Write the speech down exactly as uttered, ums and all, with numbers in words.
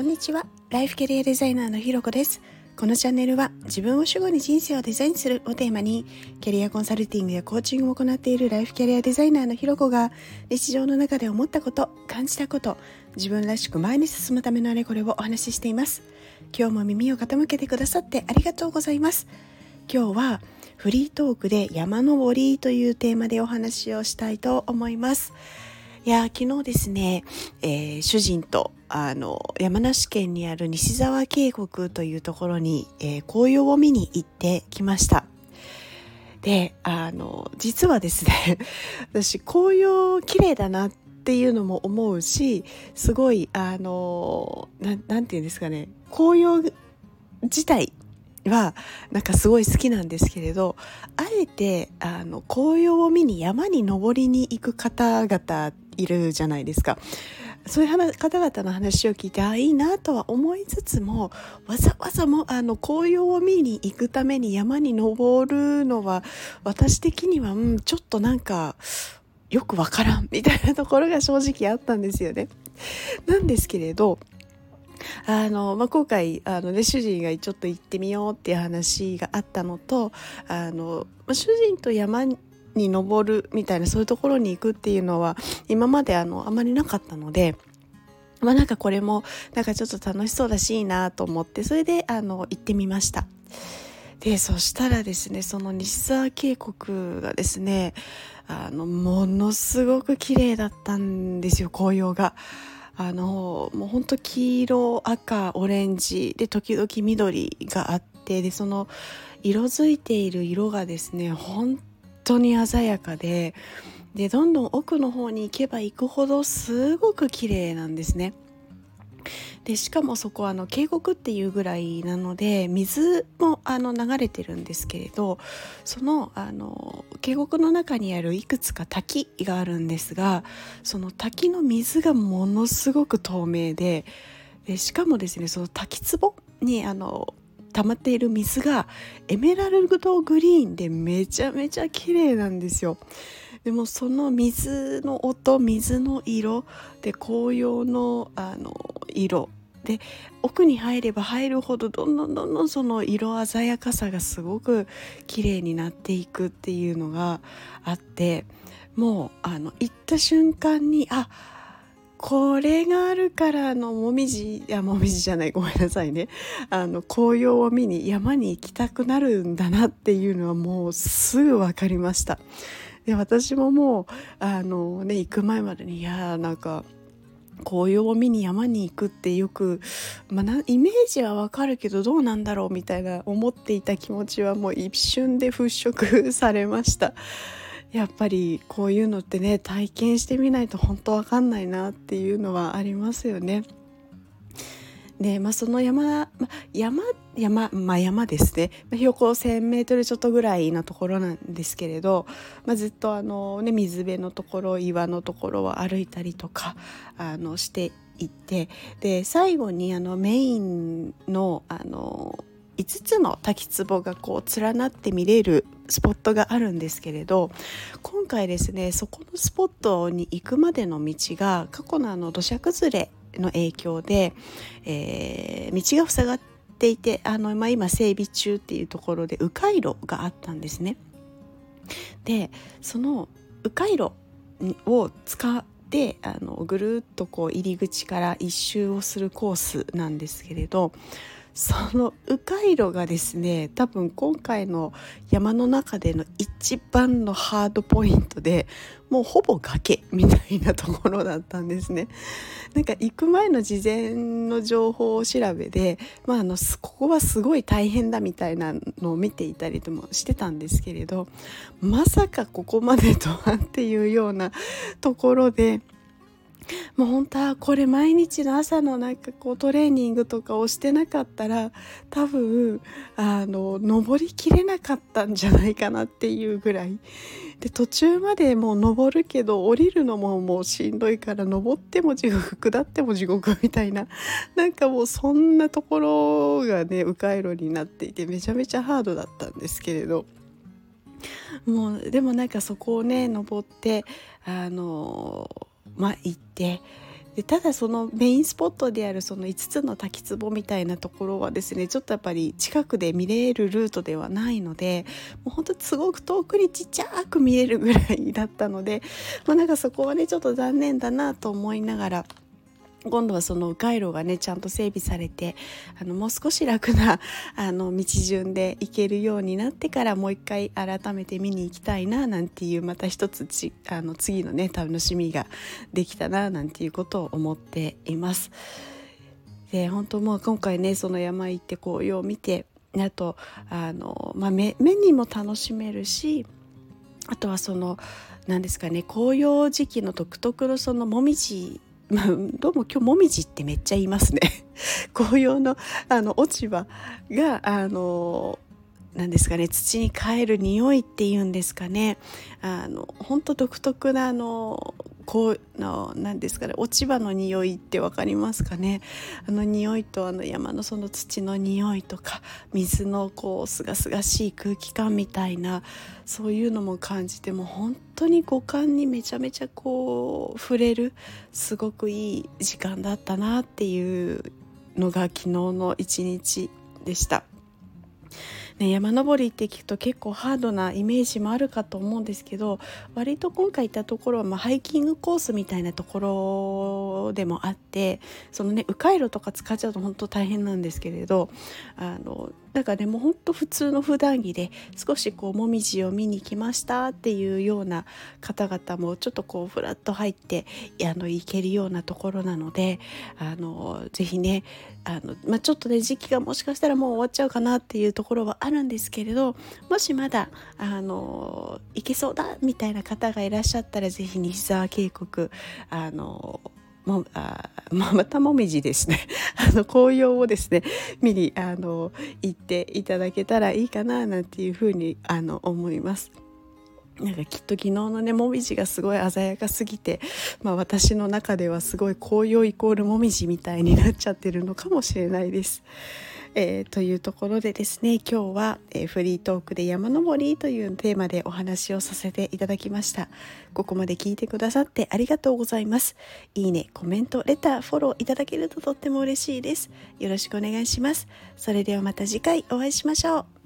んにちは。ライフキャリアデザイナーのひろこです。このチャンネルは自分を主語に人生をデザインするをテーマに、キャリアコンサルティングやコーチングを行っているライフキャリアデザイナーのひろこが、日常の中で思ったこと、感じたこと、自分らしく前に進むためのあれこれをお話ししています。今日も耳を傾けてくださってありがとうございます。今日はフリートークで山登りというテーマでお話をしたいと思います。いや昨日ですね、えー、主人とあの山梨県にある西沢渓谷というところに、えー、紅葉を見に行ってきました。で、あの実はですね私紅葉綺麗だなっていうのも思うし、すごいあの な, なんていうんですかね、紅葉自体はなんかすごい好きなんですけれど、あえてあの紅葉を見に山に登りに行く方々いるじゃないですか。そういう方々の話を聞いて、あいいなとは思いつつも、わざわざもあの紅葉を見に行くために山に登るのは私的には、うん、ちょっとなんかよくわからんみたいなところが正直あったんですよね。なんですけれどあの、まあ、今回あの、ね、主人がちょっと行ってみようっていう話があったのと、あの、まあ、主人と山に登るみたいな、そういうところに行くっていうのは今まであのあまりなかったので、まあ、なんかこれもなんかちょっと楽しそうだしいいなと思って、それであの行ってみました。でそしたらですね、その西沢渓谷がですね、あのものすごく綺麗だったんですよ、紅葉が。あのもう本当黄色、赤、オレンジで時々緑があって、でその色づいている色がですね本当に鮮やかで、でどんどん奥の方に行けば行くほどすごく綺麗なんですね。でしかもそこはあの渓谷っていうぐらいなので、水もあの流れてるんですけれど、そのあの渓谷の中にあるいくつか滝があるんですが、その滝の水がものすごく透明で、でしかもですね、その滝壺にあの溜まっている水がエメラルドグリーンでめちゃめちゃ綺麗なんですよ。でもその水の音、水の色で紅葉のあの色で、奥に入れば入るほどどんどんどんどんその色鮮やかさがすごく綺麗になっていくっていうのがあって、もうあの行った瞬間に、あ、これがあるからあのもみじいやもみじじゃないごめんなさいねあの紅葉を見に山に行きたくなるんだなっていうのはもうすぐ分かりました。で私ももうあのね行く前までに、いやなんか紅葉を見に山に行くってよく、まあ、なイメージはわかるけどどうなんだろうみたいな思っていた気持ちはもう一瞬で払拭されました。やっぱりこういうのってね、体験してみないと本当わかんないなっていうのはありますよね。で、まあ、その山、まあ、山山、まあ、山ですね、標高せんメートルちょっとぐらいなところなんですけれど、まあ、ずっとあの、ね、水辺のところ、岩のところを歩いたりとかあのしていって、で最後にあのメインのあのいつつの滝壺がこう連なって見れるスポットがあるんですけれど、今回ですねそこのスポットに行くまでの道が過去のあの土砂崩れの影響で、えー、道が塞がっていて、あの、まあ、今整備中っていうところで迂回路があったんですね。でその迂回路を使ってあのぐるっとこう入り口から一周をするコースなんですけれど、その迂回路がですね多分今回の山の中での一番のハードポイントで、もうほぼ崖みたいなところだったんですね。なんか行く前の事前の情報調べで、まあ、あのここはすごい大変だみたいなのを見ていたりともしてたんですけれど、まさかここまでとはっていうようなところで、もう本当はこれ毎日の朝のなんかこうトレーニングとかをしてなかったら多分あの登りきれなかったんじゃないかなっていうぐらいで、途中までもう登るけど降りるのももうしんどいから、登っても地獄下っても地獄みたいな、なんかもうそんなところがね迂回路になっていて、めちゃめちゃハードだったんですけれど、もうでもなんかそこをね登ってあのまあ行って、 でただそのメインスポットであるそのいつつの滝壺みたいなところはですね、ちょっとやっぱり近くで見れるルートではないので、もうほんとすごく遠くにちっちゃく見えるぐらいだったので、まあ、なんかそこはねちょっと残念だなと思いながら、今度はその迂回路がねちゃんと整備されて、あのもう少し楽なあの道順で行けるようになってから、もう一回改めて見に行きたいななんていう、また一つちあの次のね楽しみができたななんていうことを思っています。で本当もう今回ねその山行って紅葉を見て、あとあの、まあ、目, 目にも楽しめるし、あとはその何ですかね、紅葉時期の独特のそのもみじ、まあ、どうも今日もみじってめっちゃ言いますね紅葉のあの落ち葉があのなんですかね、土に帰る匂いっていうんですかね、あの本当独特なあのこうのなんですかね、落ち葉の匂いってわかりますかね。あの匂いとあの山のその土の匂いとか水のこうすがすがしい空気感みたいな、そういうのも感じて、もう本当に五感にめちゃめちゃこう触れるすごくいい時間だったなっていうのが昨日の一日でした。ね、山登りって聞くと結構ハードなイメージもあるかと思うんですけど、割と今回行ったところはまあハイキングコースみたいなところでもあって、そのね迂回路とか使っちゃうと本当大変なんですけれど、あのなんかねもう本当普通の普段着で少しこうもみじを見に来ましたっていうような方々もちょっとこうフラッと入ってあの行けるようなところなので、あのぜひねあの、まあ、ちょっとね時期がもしかしたらもう終わっちゃうかなっていうところはあるんですけれど、もしまだあの行けそうだみたいな方がいらっしゃったら、ぜひ西沢渓谷あのもあままたもみじですねあの紅葉をですね見にあの行っていただけたらいいかななんていうふうにあの思います。なんかきっと昨日のねもみじがすごい鮮やかすぎて、まあ、私の中ではすごい紅葉イコールもみじみたいになっちゃってるのかもしれないです。えー、というところでですね、今日は、えー、フリートークで山登りというテーマでお話をさせていただきました。ここまで聞いてくださってありがとうございます。いいね、コメント、レター、フォローいただけるととっても嬉しいです。よろしくお願いします。それではまた次回お会いしましょう。